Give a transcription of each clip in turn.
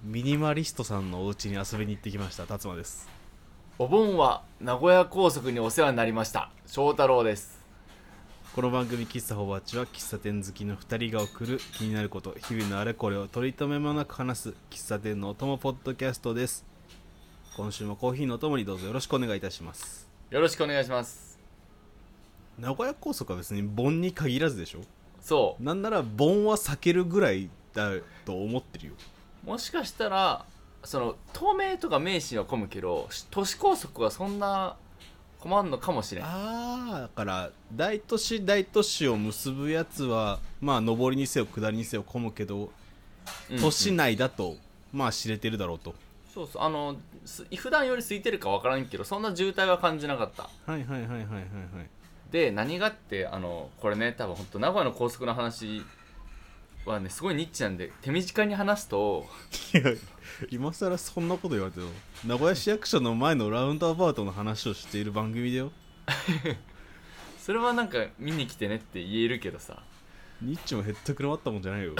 ミニマリストさんのお家に遊びに行ってきました。達馬です。 お盆は名古屋高速にお世話になりました。翔太郎です。 この番組喫茶ホバッチは喫茶店好きの2人が送る気になること、日々のあれこれを取り留めもなく話す喫茶店のお供ポッドキャストです。今週もコーヒーのお供にどうぞよろしくお願いいたします。 よろしくお願いします。 名古屋高速は別に盆に限らずでしょ。 そなんなら盆は避けるぐらいだと思ってるよ。 もしかしたらその東名とか名神は混むけど都市高速はそんな困んのかもしれん。 だから大都市を結ぶやつはまあ上りにせよ下りにせよ混むけど、都市内だとまあ知れてるだろうと。 そう普段より空いてるか分からんけどそんな渋滞は感じなかった。 はいはいはいはいはいはい。 で何がってこれね多分本当名古屋の高速の話はねすごいニッチなんで手短に話すといや今更そんなこと言われても名古屋市役所の前のラウンドアバウトの話をしている番組だよ。 それはなんか見に来てねって言えるけどさ、 ニッチもへったくらまったもんじゃないよ。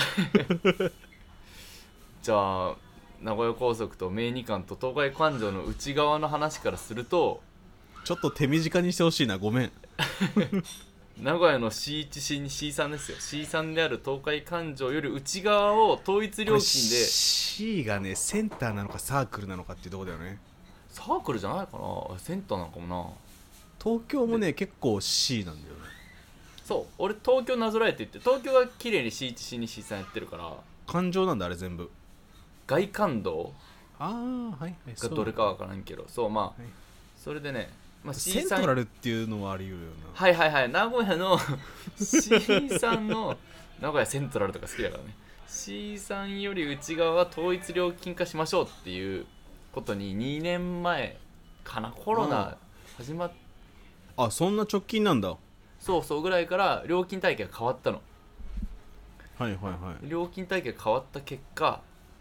じゃあ名古屋高速と名二環と東海環状の内側の話からするとちょっと手短にしてほしいな、ごめん。 名古屋の C1、C3 ですよ。 C3 である東海環状より内側を統一料金で C がねセンターなのかサークルなのかっていうところだよね。 サークルじゃないかな、センターなのかもな。 東京もね結構 C なんだよね。 そう俺東京なぞらえて言って東京は綺麗に C1、C2、C3 やってるから環状なんだあれ全部。 外環道はいはいがどれかわからんけどそうまあ、はい、それでね、 セントラルっていうのはあり得るよな。 はいはいはい、名古屋の C3 の名古屋セントラルとか好きだからね。 C3 より内側は統一料金化しましょうっていうことに2年前かな、コロナ始まっそんな直近なんだ。 そうぐらいから料金体系が変わったの。 はいはいはい。 料金体系が変わった結果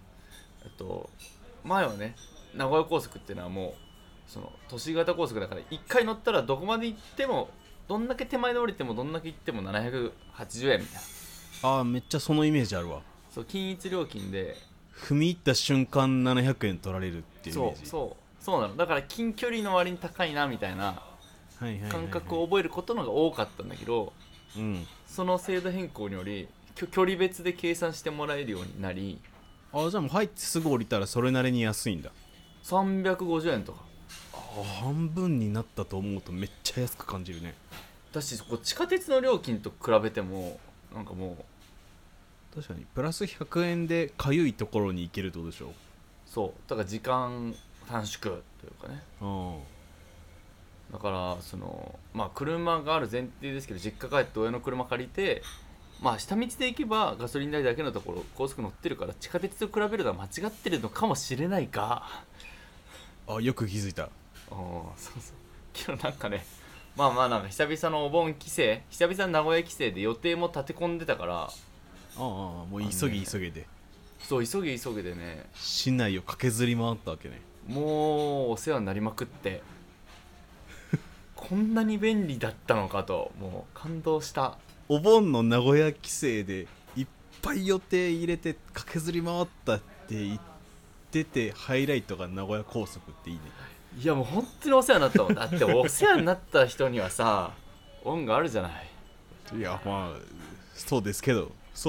前はね名古屋高速っていうのはもうその都市型高速だから1回乗ったらどこまで行ってもどんだけ手前で降りてもどんだけ行っても780円みたいな。 めっちゃそのイメージあるわ。 そう均一料金で踏み入った瞬間700円取られるっていうイメージ。 そうなの。だから近距離の割に高いなみたいな感覚を覚えることのが多かったんだけど、その制度変更により距離別で計算してもらえるようになり、 じゃあもう入ってすぐ降りたらそれなりに安いんだ。 350円とか。 半分になったと思うとめっちゃ安く感じるね。 だしそこ地下鉄の料金と比べてもなんかもう確かにプラス100円でかゆいところに行けるってことでしょ。 そうだから時間短縮というかね。だから車がある前提ですけど実家帰って親の車借りて下道で行けばガソリン代だけのところ高速乗ってるから地下鉄と比べるのは間違ってるのかもしれないがよく気づいた。 そうけどなんかねなんか久々のお盆帰省久々の名古屋帰省で予定も立て込んでたからもう急げでそう急げでね市内を駆けずり回ったわけね。 もうお世話になりまくってこんなに便利だったのかともう感動した。 お盆の名古屋帰省でいっぱい予定入れて駆けずり回ったって言っててハイライトが名古屋高速っていいね。 いやもう本当にお世話になったもん。だってお世話になった人にはさ恩があるじゃない。 いやそうですけど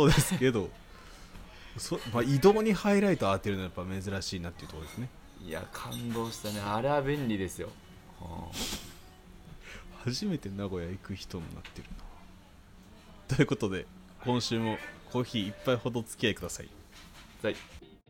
移動にハイライト当てるのはやっぱ珍しいなっていうところですね。 いや感動したね。あれは便利ですよ。 初めて名古屋行く人になってるな。ということで今週もコーヒー一杯ほど付き合いください。 はい。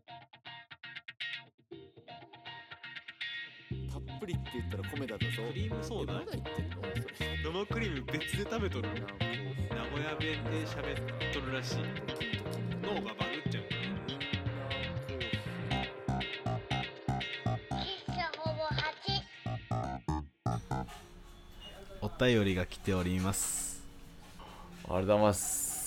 たっぷりって言ったら米だったぞ。 クリームソーダ何言ってんのそれ。 生クリーム別で食べとる。名古屋弁で喋っとるらしい。脳がバグっちゃう。お便りが来ております。 ありがとうございます。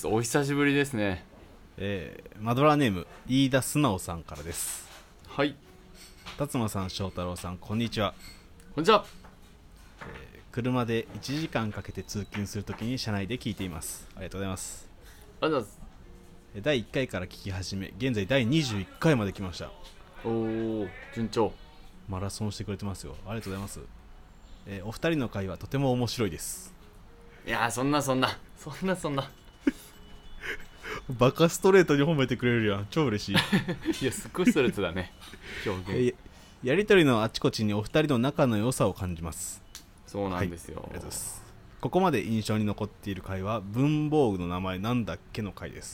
お久しぶりですね。 マドラーネーム飯田素直さんからです。 はい。 辰馬さん、翔太郎さん、こんにちは。 こんにちは。 車で1時間かけて通勤するときに車内で聞いています。ありがとうございます。 ありがとうございます。 第1回から聞き始め現在第21回まで来ました。 おー、順調。 マラソンしてくれてますよ。ありがとうございます。お二人の会はとても面白いです。 いやー、そんなバカストレートに褒めてくれるやん。超嬉しい。 いや、すっごいストレートだね表現。 やりとりのあちこちにお二人の仲の良さを感じます。 そうなんですよ、 はい、ありがとうございます。ここまで印象に残っている回は文房具の名前なんだっけの回です。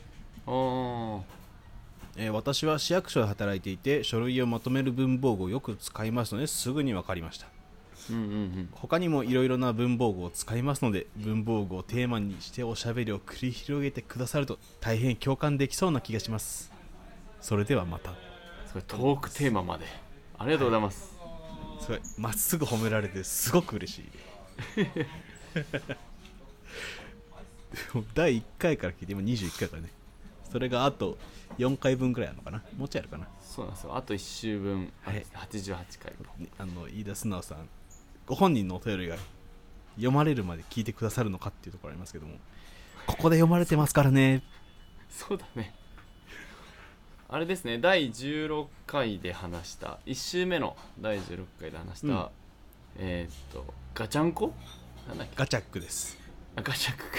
私は市役所で働いていて書類をまとめる文房具をよく使いますのですぐに分かりました。他にもいろいろな文房具を使いますので文房具をテーマにしておしゃべりを繰り広げてくださると大変共感できそうな気がします。それではまた。 それトークテーマまでありがとうございます、 はい、すごいまっすぐ褒められてすごく嬉しい。第1回から聞いて今21回からね。それがあと4回分くらいあるのかな。もうちょいあるかな。 そうなんですよ。あと1週分、はい、88回飯田素直さんご本人のお便りが読まれるまで聞いてくださるのかっていうところありますけども、ここで読まれてますからね。 そうだね。あれですね、第16回で話した1週目の第16回で話した、ガチャンコなんだっけ。 ガチャックです。 あ、ガチャックか。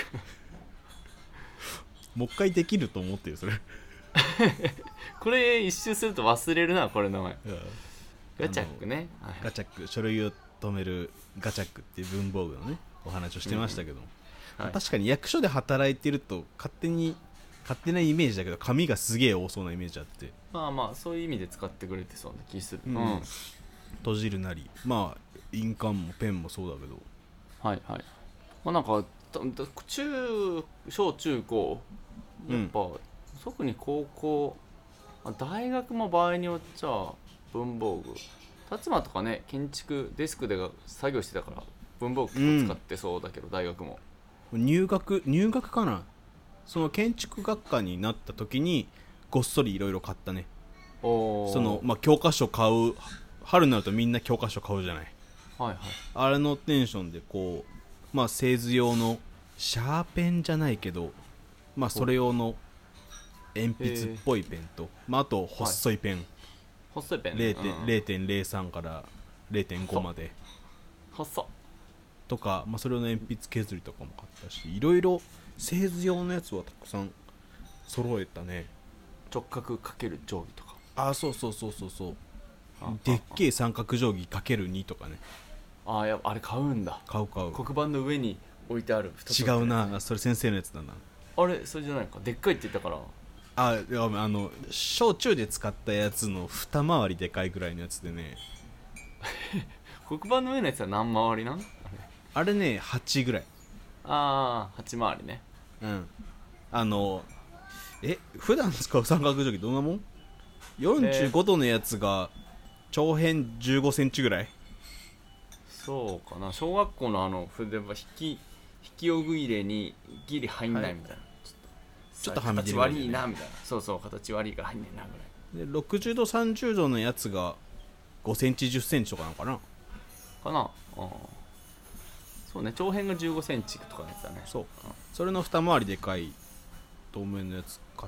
もう一回できると思ってるそれ。 これ一周すると忘れるな、これ名前。ガチャックね、 はい、ガチャック、書類を止めるガチャックっていう文房具のねお話をしてましたけど、はい、確かに役所で働いてると勝手なイメージだけど紙がすげえ多そうなイメージあって、 まあそういう意味で使ってくれてそうな気する、 閉じるなり、まあ印鑑もペンもそうだけど、 はいはい。まあなんか小中高やっぱ、特に高校、大学も場合によっちゃ文房具、辰馬とかね、建築デスクで作業してたから文房具使ってそうだけど、大学も入学かな。その建築学科になった時にごっそりいろいろ買ったね。その教科書買う、春になるとみんな教科書買うじゃない。 はいはい。 あれのテンションでこう製図用のシャーペンじゃないけどそれ用の鉛筆っぽいペンと、あと細いペン、 細いペン、 0.03 から 0.5 まで細とか、それ用の鉛筆削りとかも買ったし、いろいろ製図用のやつはたくさん揃えたね。 直角かける定規とか、 そうでっけえ三角定規かける2とかね。 あれ買うんだ。 買う黒板の上に置いてある。 違うな、それ先生のやつだな。 あれそれじゃないか、でっかいって言ったから。 小中で使ったやつの二回りでかいぐらいのやつでね。 黒板の上のやつは何回りなん？ あれね、8ぐらい。 8回りね。 普段使う三角定規どんなもん？ 45 度のやつが長辺15センチぐらい。 そうかな。小学校の筆は引きお具入れにギリ入んないみたいな、 ちょっとはみ出る、 形悪いなみたいな。そう形悪いから入んねえなぐらいで、60度30度のやつが5センチ10センチとかなのかな。 そうね、長辺が15センチとかのやつだね。 それの二回りでかい透明のやつ買って、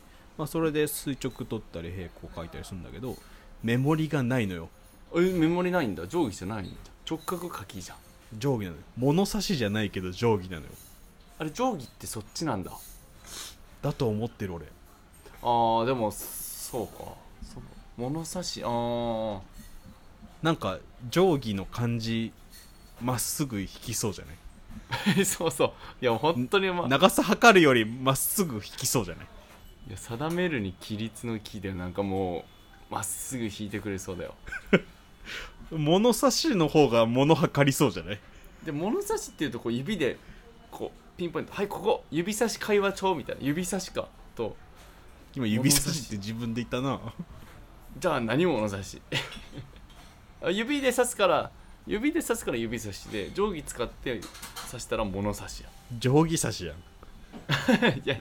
それで垂直取ったり平行書いたりするんだけど、メモリがないのよ。 メモリないんだ。定規じゃないんだ。直角書きじゃん。 定規なのよ。物差しじゃないけど定規なのよ。 あれ定規ってそっちなんだ。 だと思ってる俺。 でもそうか。物差し、 なんか定規の感じまっすぐ引きそうじゃない？ そういや本当に長さ測るよりまっすぐ引きそうじゃない？ いや、定めるに規律の規でなんかもうまっすぐ引いてくれそうだよ。 物差しの方が物測りそうじゃない？ で、物差しっていうとこう指でこうピンポイント、はいここ指差し会話帳みたいな、指差しかと。 今指差しって自分で言ったな。 じゃあ何物差し？指で刺すから指差しで、定規使って刺したら物差しや。 定規差しやん。 いや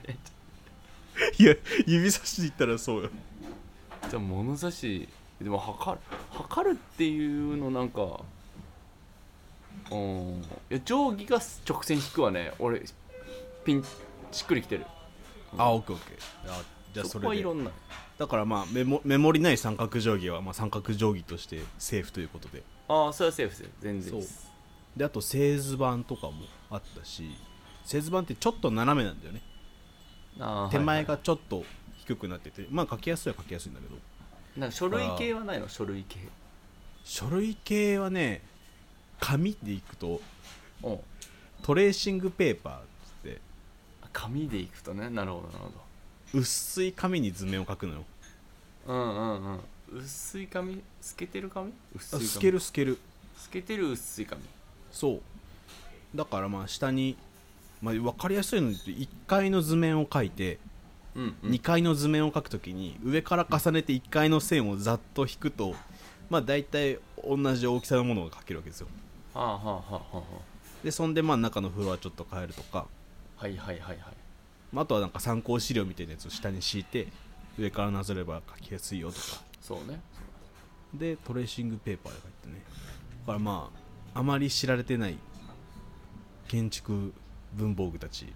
指差しで言ったらそうよ。 じゃあ物差しでも測るっていうのなんか、いや定規が直線引くわね。俺ピンしっくりきてる。 あ、オッケーオッケー。あ、じゃあそれでそこはいろんな。 だからまあメモリない三角定規はまあ三角定規としてセーフということで。 ああ、それはセーフですよ、全然です。 であと製図板とかもあったし、製図板ってちょっと斜めなんだよね。手前がちょっと低くなってて、まあ書きやすいは書きやすいんだけど。 なんか書類系はないの？書類系。 書類系はね、紙でいくとおトレーシングペーパーって紙でいくとね、なるほどなるほ薄い紙に図面を描くのよ。 ど。うんうんうん。薄い紙、透けてる紙？薄い紙。 透ける透ける。 透けてる薄い紙。 そうだからまあ下に、まあ、分かりやすいので1階の図面を描いて、 うんうん、 2階の図面を描くときに上から重ねて1階の線をざっと引くと、まあ大体同じ大きさのものが描けるわけですよ。 はあはあはあはあはあ。 でそんでまあ中のフロアちょっと変えるとか、 はいはいはいはい。 まあ、あとはなんか参考資料みたいなやつを下に敷いて上からなぞれば描きやすいよとかそうね。 でトレーシングペーパーで描いてね。だからまああまり知られてない建築文房具たち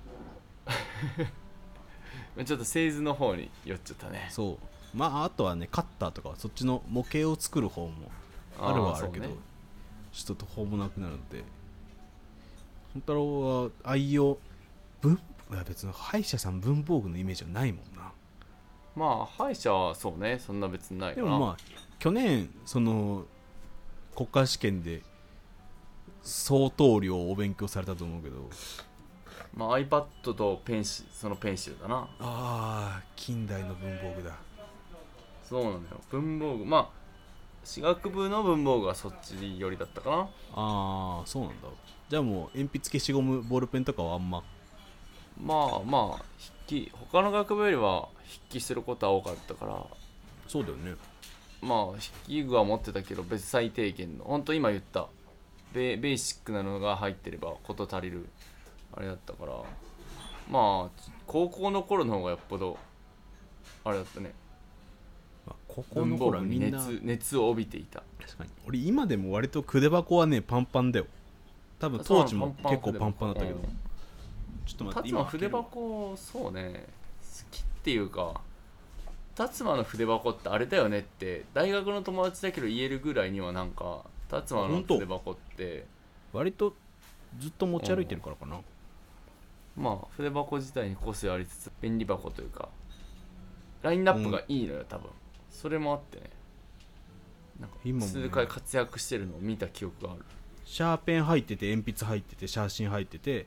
ちょっと製図の方に寄っちゃったね。 そうまああとはねカッターとかはそっちの模型を作る方もあるはあるけど、 ね、 ちょっと途方もなくなるので、本太郎は愛用別に歯医者さん文房具のイメージはないもんな。 まあ歯医者はそうね、そんな別にないかな。 でもまあ去年その国家試験で相当量お勉強されたと思うけど、 まあ iPad とそのペンシルだな。 近代の文房具だ。 そうなのよ、文房具。まあ私学部の文房具はそっち寄りだったかな。 そうなんだ。じゃあもう鉛筆消しゴムボールペンとかはあんま。 まあまあ他の学部よりは筆記することは多かったから。 そうだよね。 まあ筆記具は持ってたけど別最低限の、本当今言ったベーシックなのが入ってればこと足りるあれだったから、まあ高校の頃の方がよっぽどあれだったね。 高校の頃はみんな熱を帯びていた。 確かに俺今でも割と筆箱はねパンパンだよ。多分当時も結構パンパンだったけど、ちょっと待って、 今筆箱そうね好きっていうか、達馬の筆箱ってあれだよねって大学の友達だけど言えるぐらいには、なんか達馬の筆箱って割とずっと持ち歩いてるからかな。 まあ筆箱自体に個性ありつつ便利箱というかラインナップがいいのよ、多分それもあってね、なんか今もね数回活躍してるのを見た記憶がある。 シャーペン入ってて鉛筆入ってて写真入ってて、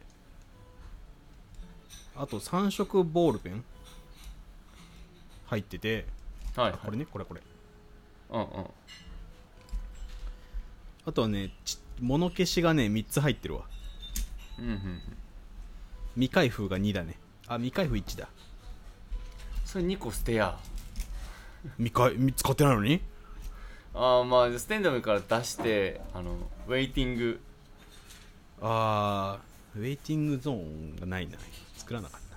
あと3色ボールペン入ってて、 はい、はい、 これねこれうんうん。 あとはね物消しがね3つ入ってるわ。 うんうんうん。 未開封が2だね。未開封1だ。 それ2個捨てや。 使ってないのに。 まあステンドムから出してウェイティング。 ウェイティングゾーンがないな。作らなか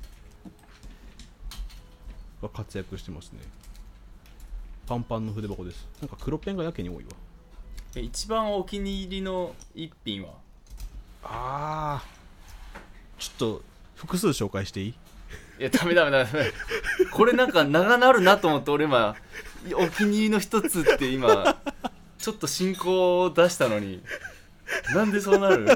ったは活躍してますね。パンパンの筆箱です。なんか黒ペンがやけに多いわ。 一番お気に入りの一品は？ ちょっと複数紹介していい？ いやダメこれなんか長なるなと思って、俺今お気に入りの一つって今ちょっと進行を出したのになんでそうなる？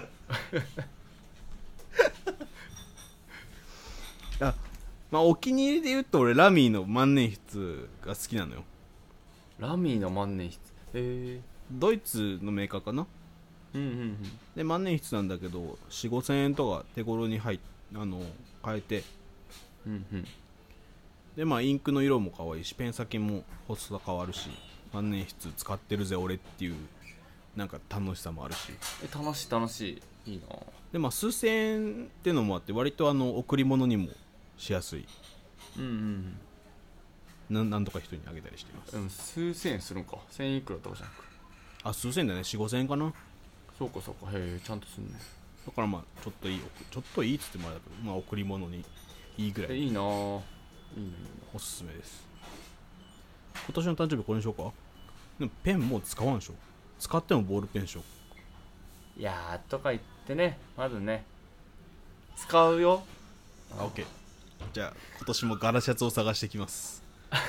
まあお気に入りで言うと俺ラミーの万年筆が好きなのよ。 ラミーの万年筆、 ドイツのメーカーかな。 うんうんうん。 で万年筆なんだけど 4,5 千円とか手頃に買えて、 うんうん。 でまあインクの色も可愛いしペン先も細さ変わるし、万年筆使ってるぜ俺っていうなんか楽しさもあるし、 楽しい、いいな。 でまあ数千円ってのもあって割と贈り物にもしやすい。 うんうんなんとか人にあげたりしてます。 うん。数千円するんか。1000円いくらとかじゃんか。 数千円だね。 4,5 千円かな。 そうかそうか。へえ、ちゃんとすんね。 だからまあちょっといいっつってもあれだけど、まあ贈り物にいいぐらいいいな。いいな。 おすすめです。今年の誕生日これにしようか。でもペンもう使わんでしょ。使ってもボールペンでしょ。 いやーとか言ってね、まずね使うよ。 オッケー。 じゃあ今年も柄シャツを探してきます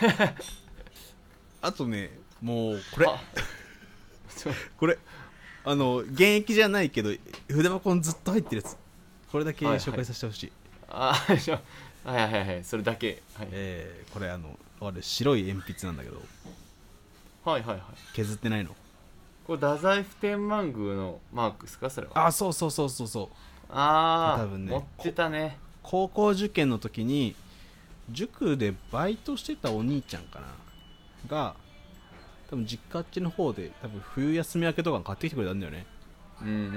あとねもうこれこれ現役じゃないけど筆箱にずっと入ってるやつ、これだけ紹介させてほしい。 はいはいはいそれだけ、はい、 これあれ白い鉛筆なんだけど、 はいはいはい、 削ってないの。 これ太宰府天満宮のマークですかそれは。 そうそうそうそうそう。 多分ね持ってたね。 高校受験の時に塾でバイトしてたお兄ちゃんかなが多分実家っちの方で多分冬休み明けとか買ってきてくれたんだよね。 うんうんうんうん。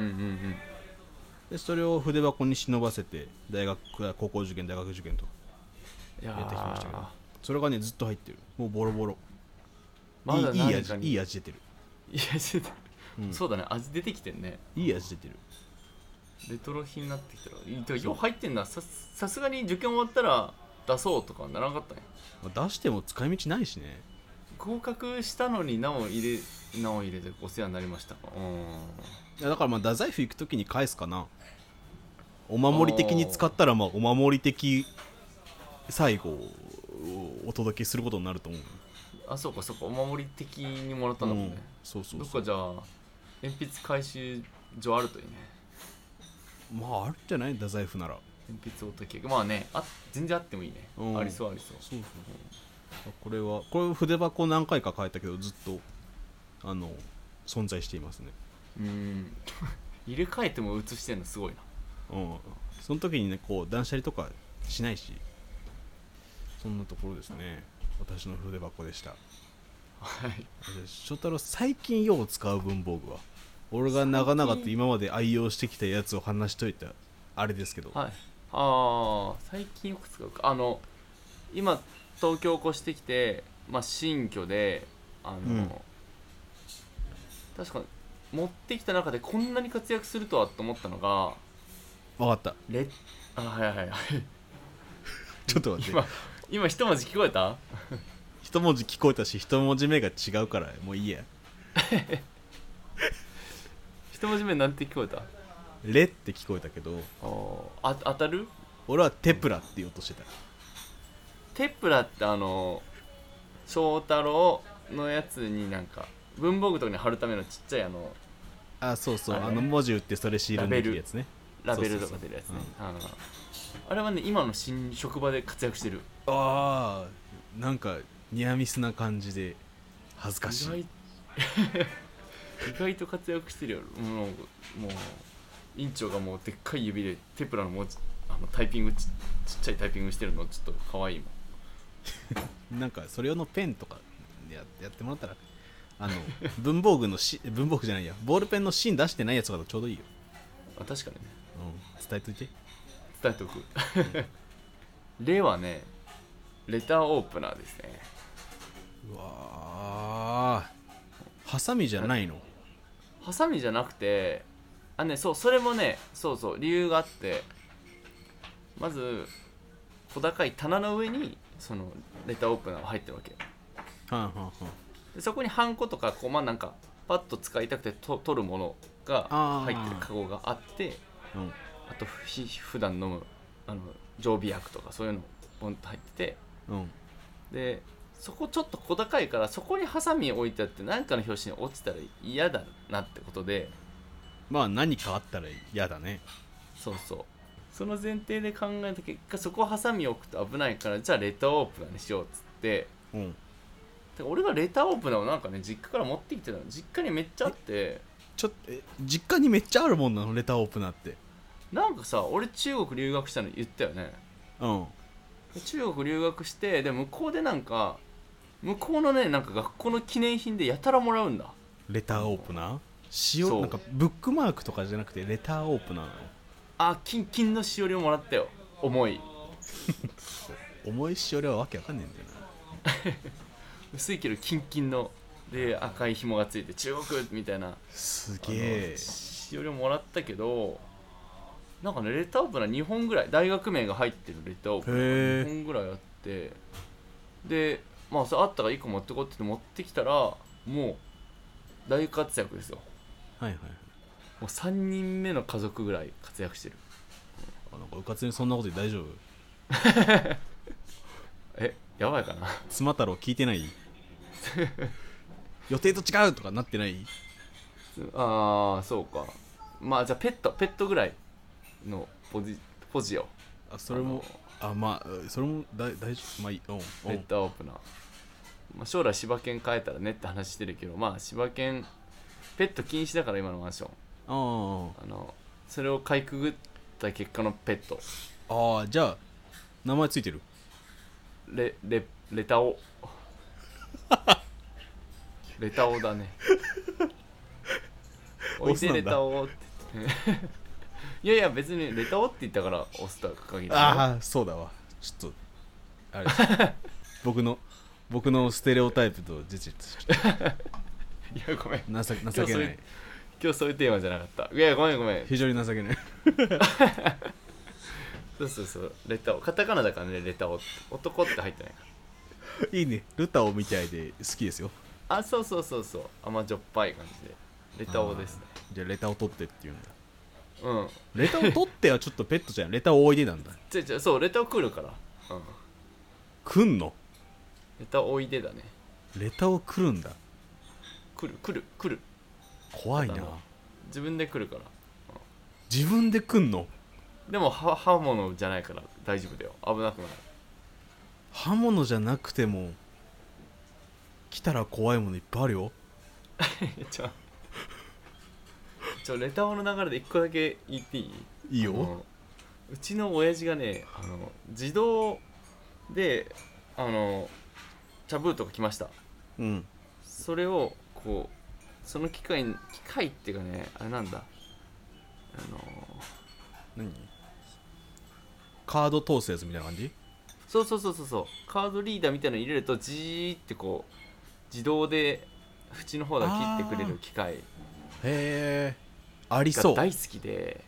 でそれを筆箱に忍ばせて高校受験大学受験とやってきましたけど、それがねずっと入ってる。もうボロボロ。 まだいい味出てる。 いい味出てる、うん、そうだね味出てきてんね。 いい味出てる。 レトロ品になってきたらよう入ってんな。さすがに受験終わったら出そうとかならなかったね。 出しても使い道ないしね。 合格したのに名を入れてお世話になりましたか。 いやだから太宰府行く時に返すかな。お守り的に使ったらお守り的最後をお届けすることになると思う。 そうかお守り的にもらったんだもんね、 そうどっかじゃあ鉛筆回収所あるといいね。 あるんじゃない太宰府なら。 鉛筆お届けね全然あってもいいね、ありそうそう、 これ筆箱何回か変えたけどずっと存在していますね。 入れ替えても写してんのすごいな。 その時にねこう断捨離とかしないし、そんなところですね。私の筆箱でした。 はい。 翔太郎最近よう使う文房具は、俺が長々と今まで愛用してきたやつを話しといたあれですけど。 はい。最近よく使うか。今東京越してきて、新居で確か持ってきた中でこんなに活躍するとはと思ったのが。 分かった。 はいはいはい。 ちょっと待って。 今一文字聞こえた？ 一文字聞こえたし一文字目が違うからもういいや。 一文字目なんて聞こえた？ レって聞こえたけど、 当たる？ 俺はテプラって言おうとしてた。 テプラって翔太郎のやつになんか文房具とかに貼るためのちっちゃいそうそう、文字打ってそれシールにできるやつね。 ラベルとか出るやつね。あれはね今の新職場で活躍してる。 なんかニアミスな感じで恥ずかしい。 意外と活躍してるよ。もう院長がもうでっかい指でテプラの文字タイピングちっちゃいタイピングしてるのちょっと可愛いもん。 なんかそれ用のペンとかやってもらったら文房具じゃないやボールペンの芯出してないやつがちょうどいいよ。 確かにね。 伝えといて。 伝えとく。レはねレターオープナーですね。 うわハサミじゃないの？ ハサミじゃなくてそれもね理由があって、まず小高い棚の上にそのレターオープナーが入ってるわけ。でそこにハンコとかなんかパッと使いたくて取るものが入ってるカゴがあって、あと普段飲む常備薬とかそういうのポンと入ってて、でそこちょっと小高いからそこにハサミ置いてあって何かの拍子に落ちたら嫌だなってことで、 何かあったら嫌だね。 その前提で考えた結果そこをハサミ置くと危ないからじゃあレターオープナーにしようっつって、俺がレターオープナーをなんかね実家から持ってきてたの。実家にめっちゃあって。 実家にめっちゃあるもんなのレターオープナーって。 なんかさ俺中国留学したの言ったよね。中国留学してで向こうでなんか向こうのねなんか学校の記念品でやたらもらうんだ。 レターオープナー？なんかブックマークとかじゃなくてレターオープナーなの？ キンキンのしおりをもらったよ。重い重いしおりはわけわかんねえんだよな。 薄いけどキンキンので赤い紐がついて中国みたいなすげえしおりをもらったけど、なんかねレターオープナー2本ぐらい大学名が入ってるレターオープナー2本ぐらいあって、でそれあったから1個持ってこって持ってきたらもう大活躍ですよ。もう3人目の家族ぐらい活躍してる。 なんかうかつにそんなことで大丈夫？ やばいかな。 妻太郎聞いてない？予定と違うとかなってない？ ああそうか。まあじゃあペットぐらいのポジよ。 それもまあそれも大丈夫。まあいい。 ペットオープナー、まあ、将来柴犬飼えたらねって話してるけど、まあ柴犬ペット禁止だから今のマンション。それをかいくぐった結果のペット。 じゃあ名前ついてる？ レタオレタオだね。おいでレタオっていやいや別にレタオって言ったから押すとは限らない。 そうだわ。ちょっとあれ僕のステレオタイプと実いやごめん情けない。 今日そういうテーマじゃなかった。いやごめん非常に情けない。 そうレタオカタカナだからね。レタオって男って入ってないかいいね。ルタオみたいで好きですよ。 そう甘じょっぱい感じでレタオですね。 じゃあレタオ取ってって言うんだ。 うんレタオ取ってはちょっとペットじゃん。レタオおいでなんだ。 そうレタオ来るから。 来んの？ レタオおいでだね。 レタオ来るんだ。 来る怖いな。 自分で来るから。 自分で来んの？ でも刃物じゃないから大丈夫だよ。危なくない。 刃物じゃなくても来たら怖いものいっぱいあるよ。 レタオの流れで1個だけ言っていい？ いいよ。 うちの親父がね自動で茶封筒が来ました。それをこうその機械っていうかね、あれなんだ、 何？カード通すやつみたいな感じ？ そうカードリーダーみたいなの入れるとジーってこう自動で縁の方だけ切ってくれる機械。 へえ、ありそう。 大好きで、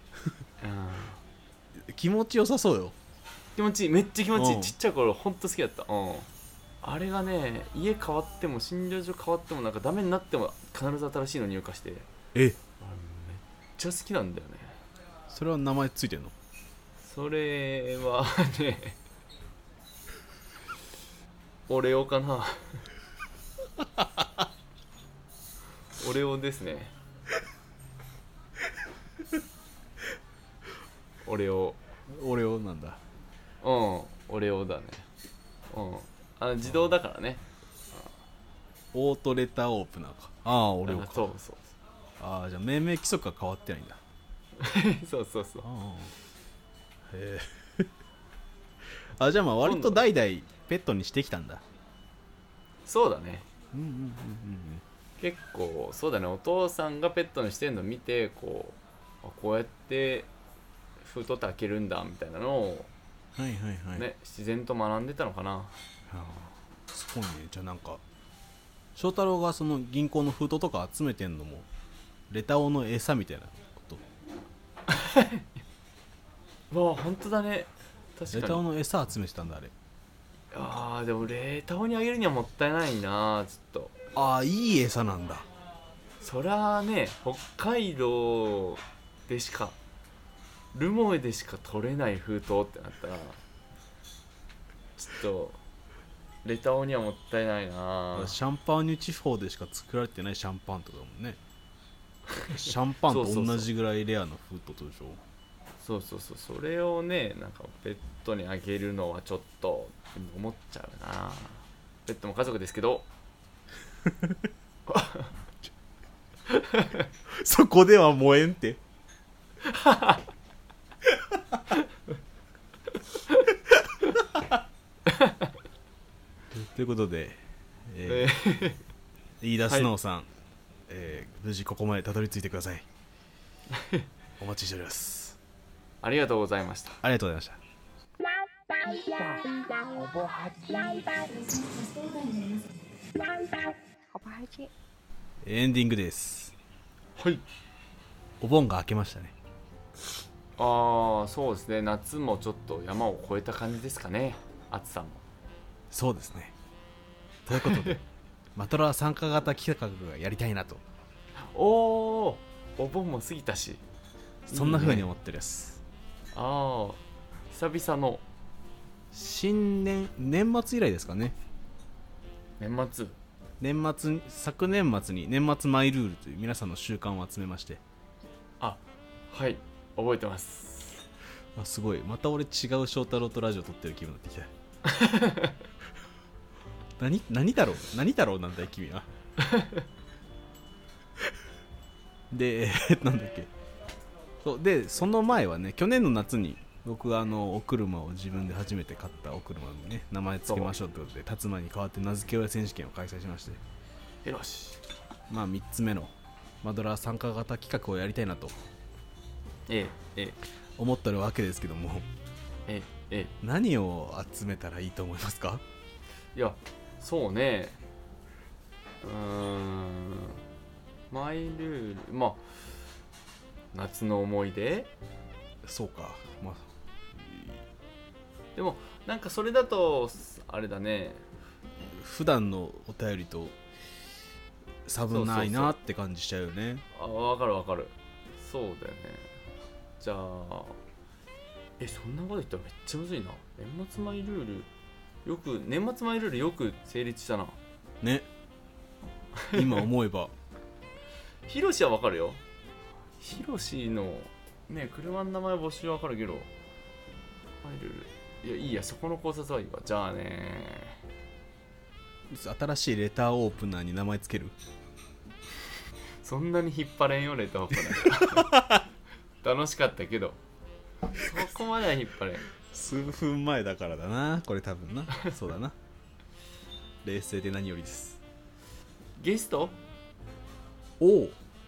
気持ちよさそうよ。 気持ちいい、めっちゃ気持ちいい。ちっちゃい頃ほんと好きだった。あれがね、家変わっても診療所変わってもなんかダメになっても必ず新しいの入荷して、めっちゃ好きなんだよね。 それは名前ついてんの？ それはねオレオかな。オレオですね。オレオなんだ。 オレオだね。自動だからね。 オートレターオープナーか。オレオか。 そうじゃあ命名規則は変わってないんだ。 そうへえ。じゃあまあ割と代々ペットにしてきたんだ。 そうだね。結構そうだね。お父さんがペットにしてるのを見てこうやって封筒って開けるんだみたいなのを、ね、自然と学んでたのかな。 すごいね。じゃあなんか翔太郎がその銀行の封筒とか集めてんのもレタオの餌みたいなこと？ わあ本当だね。確かにレタオの餌集めてたんだあれ。 でもレタオにあげるにはもったいないな。ちょっといい餌なんだ。 そりゃあね、北海道でしか留萌でしか取れない封筒ってなったらちょっとレタオにはもったいないな。 シャンパーニュ地方でしか作られてないシャンパンとかだもんね。シャンパンと同じぐらいレアな封筒でしょ。 それをね、なんかペットにあげるのはちょっと思っちゃうな。ペットも家族ですけどそこでは燃えんってということで、飯田スノーさん、無事ここまでたどり着いてください。お待ちしております。 ありがとうございました。 ありがとうございました。エンディングです。 はい。 お盆が明けましたね。 そうですね。夏もちょっと山を越えた感じですかね。暑さも。 そうですね。ということでマトラー参加型企画がやりたいなと。 お盆も過ぎたし、 そんな風に思ってるやつ。 久々の新年末以来ですかね。 年末昨年末に年末マイルールという皆さんの習慣を集めまして。 あ、はい覚えてます。 あ、すごい、また俺違う翔太郎とラジオ撮ってる気分になってきた何だろうなんだい君はでなんだっけ。そうで、その前はね、去年の夏に僕がお車を自分で初めて買ったお車にね、名前つけましょうということで、辰馬に代わって名付け親選手権を開催しまして、 よし、 まあ3つ目のマドラー参加型企画をやりたいなと思ってるわけですけども、何を集めたらいいと思いますか？ いや、そうね、マイルール、まあ夏の思い出。 そうか、まあでもなんかそれだとあれだね、 普段のお便りと差分ないなって感じしちゃうよね。 あ、わかるわかる。そうだよね。じゃあそんなこと言ったらめっちゃむずいな。年末マイルールよく成立したなね今思えばヒロシはわかるよ。ヒロシのね、車の名前募集わかるけど、マイルール、いやいいや、そこの考察はいいわ。じゃあね、 新しいレターオープナーに名前つける。 そんなに引っ張れんよレターオープナー楽しかったけどそこまでは引っ張れん。 数分前だからだな、これ多分なそうだな冷静で何よりです。 ゲストこ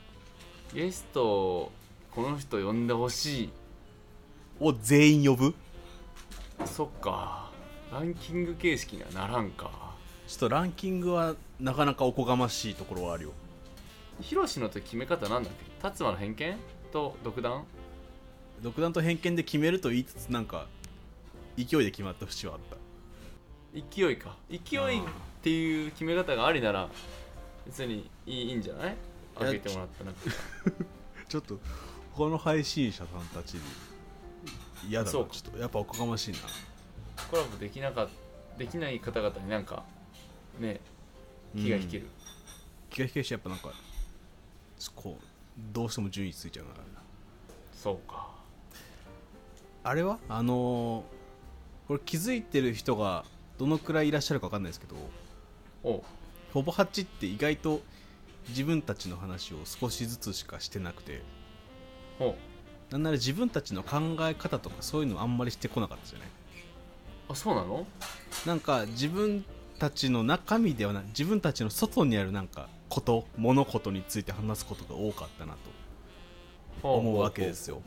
の人呼んでほしいを全員呼ぶ。 そっか、ランキング形式にはならんか。 ちょっとランキングはなかなかおこがましいところはあるよ。 ヒロシのと決め方なんだっけ？達馬の偏見と独断と偏見で決めると言いつつ、なんか勢いで決まった節はあった。 勢いっていう決め方がありなら別にいいんじゃない？開けてもらったなってちょっと他の配信者さんたち嫌だな。ちょっとやっぱおこがましいな。 コラボできない方々になんかね、気が引ける、 気が引けるし、やっぱなんかこうどうしても順位ついちゃうな。 そうか。 あれはこれ気づいてる人がどのくらいいらっしゃるか分かんないですけど、ほぼ8って意外と自分たちの話を少しずつしかしてなくて、なんなら自分たちの考え方とかそういうのあんまりしてこなかったじゃない。 あ、そうなの？ なんか自分たちの中身ではない、自分たちの外にあるなんか物事について話すことが多かったなと思うわけですよ。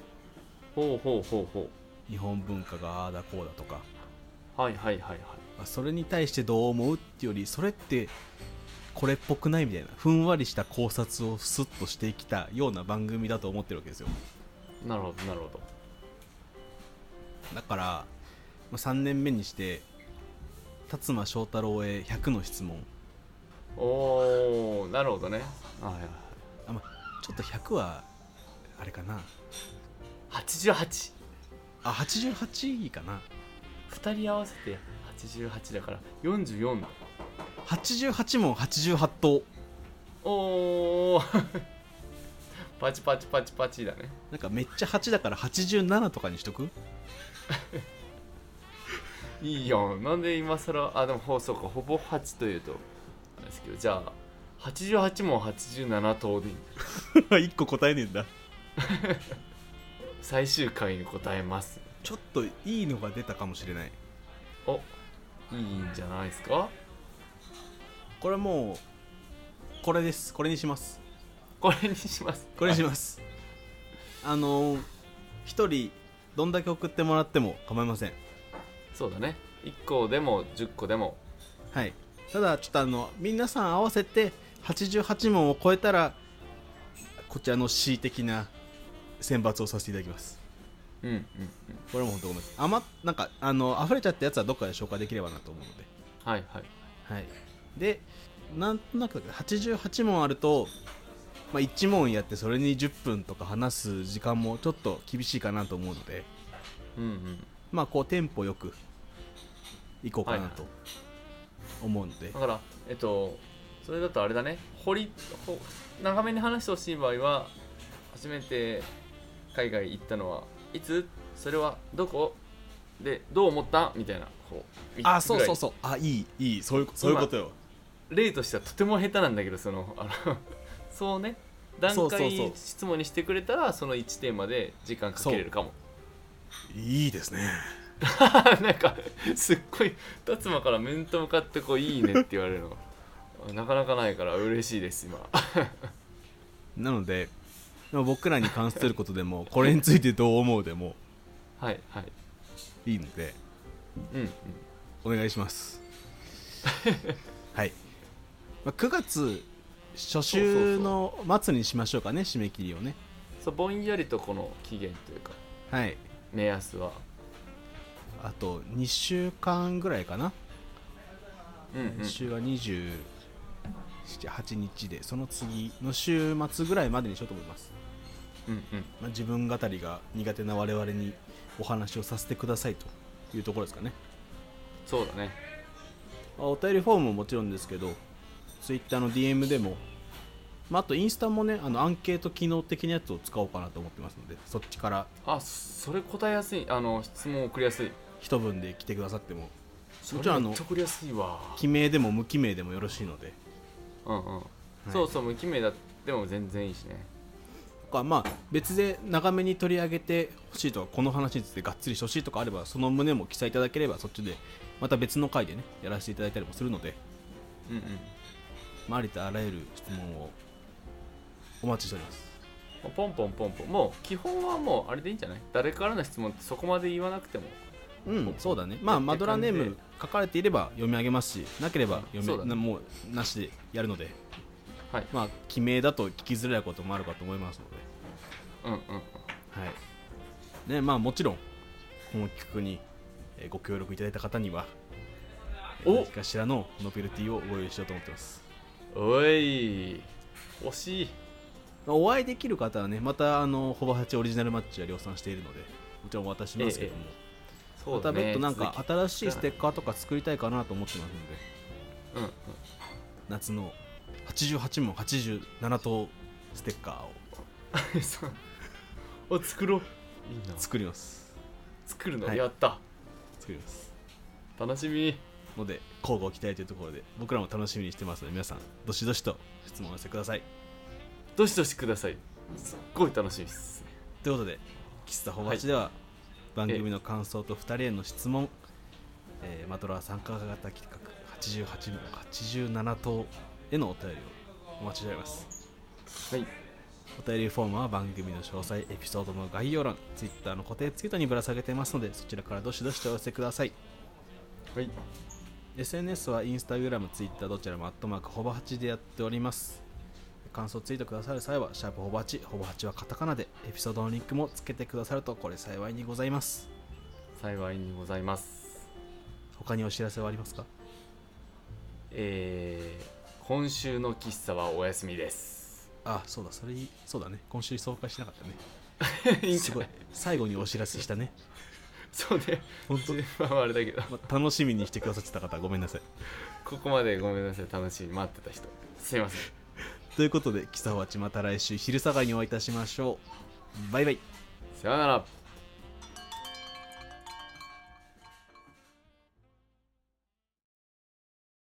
日本文化がああだこうだとか、それに対してどう思うっていうより、それってこれっぽくないみたいなふんわりした考察をスッとしてきたような番組だと思ってるわけですよ。 なるほどなるほど。 だから3年目にして辰馬翔太郎へ100の質問。 なるほどね。 ちょっと100はあれかな。 88。 88いいかな。 2人合わせて88だから44だ。 88問88答。 パチパチパチパチだね。 なんかめっちゃ8だから87とかにしとく？ いいやん。なんで今更。でもそうか、ほぼ8というとですけど、じゃあ88問87答でいい 1個答えねえんだ最終回に答えます。 ちょっといいのが出たかもしれない。 いいんじゃないですか。 これもうこれです。これにします。一人どんだけ送ってもらっても構いません。 そうだね。1個でも10個でも。 はい。ただちょっと皆さん合わせて88問を超えたらこちらの恣意的な選抜をさせていただきます。これも本当ごめんなさい。なんか溢れちゃったやつはどっかで消化できればなと思うので。はい。で、なんとなく88問あると、1問やってそれに10分とか話す時間もちょっと厳しいかなと思うので、こうテンポよくいこうかなと思うので、 だからそれだとあれだね、長めに話してほしい場合は、初めて海外行ったのはいつ、それはどこでどう思ったみたいな、こうあ、そうそうそう、あ、いいそういうことよ。 例としてはとても下手なんだけど、そうね、段階質問にしてくれたら、その1テーマで時間かけれるかも。 いいですね。 なんかすっごい達馬から面と向かってこういいねって言われるのなかなかないから嬉しいです今。 なので僕らに関することでもこれについてどう思うでもはいはいいいので、お願いします。はい、9月初週の末にしましょうかね、締め切りをね。 そう、ぼんやりとこの期限というか、 はい、 目安はあと2週間ぐらいかな。 来週は28日で、その次の週末ぐらいまでにしようと思います。自分語りが苦手な我々にお話をさせてくださいというところですかね。 そうだね。 お便りフォームももちろんですけど、Twitter の DM でも、あとインスタもね、アンケート機能的なやつを使おうかなと思ってますので、そっちからそれ答えやすい、質問送りやすい。 一文で来てくださっても、もちろんめっちゃ送りやすいわ。 記名でも無記名でもよろしいので、 そうそう、無記名でも全然いいしね。 別で長めに取り上げてほしいとか、この話についてがっつりしてほしいとかあれば、その旨も記載いただければ、そっちでまた別の回でねやらせていただいたりもするので、ありとあらゆる質問をお待ちしております。 ポンポンポンポン、もう基本はもうあれでいいんじゃない？誰からの質問ってそこまで言わなくても。 そうだね。マドラーネーム書かれていれば読み上げますし、なければもうなしでやるので、記名だと聞きづらいこともあるかと思いますので、はいね。もちろんこの企画にご協力いただいた方には何かしらのノベルティをご用意しようと思ってます。 おい、惜しい。 お会いできる方はね、またホバ8オリジナルマッチは量産しているので、もちろんお渡ししますけども、また別途なんか新しいステッカーとか作りたいかなと思ってますので、夏の88問87答ステッカーを作ろう。 いいな。作ります。 作るの、やった。 作ります。 楽しみので交互期待というところで、僕らも楽しみにしてますので、皆さんどしどしと質問を寄せください。 どしどしください。すっごい楽しみです。 ということで、喫茶ホバチでは、番組の感想と2人への質問、マトラー参加型企画88問87答へのお便りをお待ちしております。 はい。 お便りフォームは番組の詳細、エピソードの概要欄、Twitter の固定ツイートにぶら下げてますので、そちらからどしどしとお寄せください。 はい。 SNS はインスタグラム、ツイッターどちらも@ホバ8でやっております。感想ツイートくださる際はシャープホバ8、ホバ8はカタカナで、エピソードのリンクもつけてくださるとこれ幸いにございます。 幸いにございます。 他にお知らせはありますか？ 今週の喫茶はお休みです。 そうだね。今週紹介しなかったね。 いいんじゃない？ 最後にお知らせしたね。 そうね。本当あれだけど、 楽しみにしてくださってた方ごめんなさい。 ここまでごめんなさい。楽しみに待ってた人すいません。 ということで、喫茶ホバチまた来週昼下がりにお会いいたしましょう。バイバイ。 さよなら。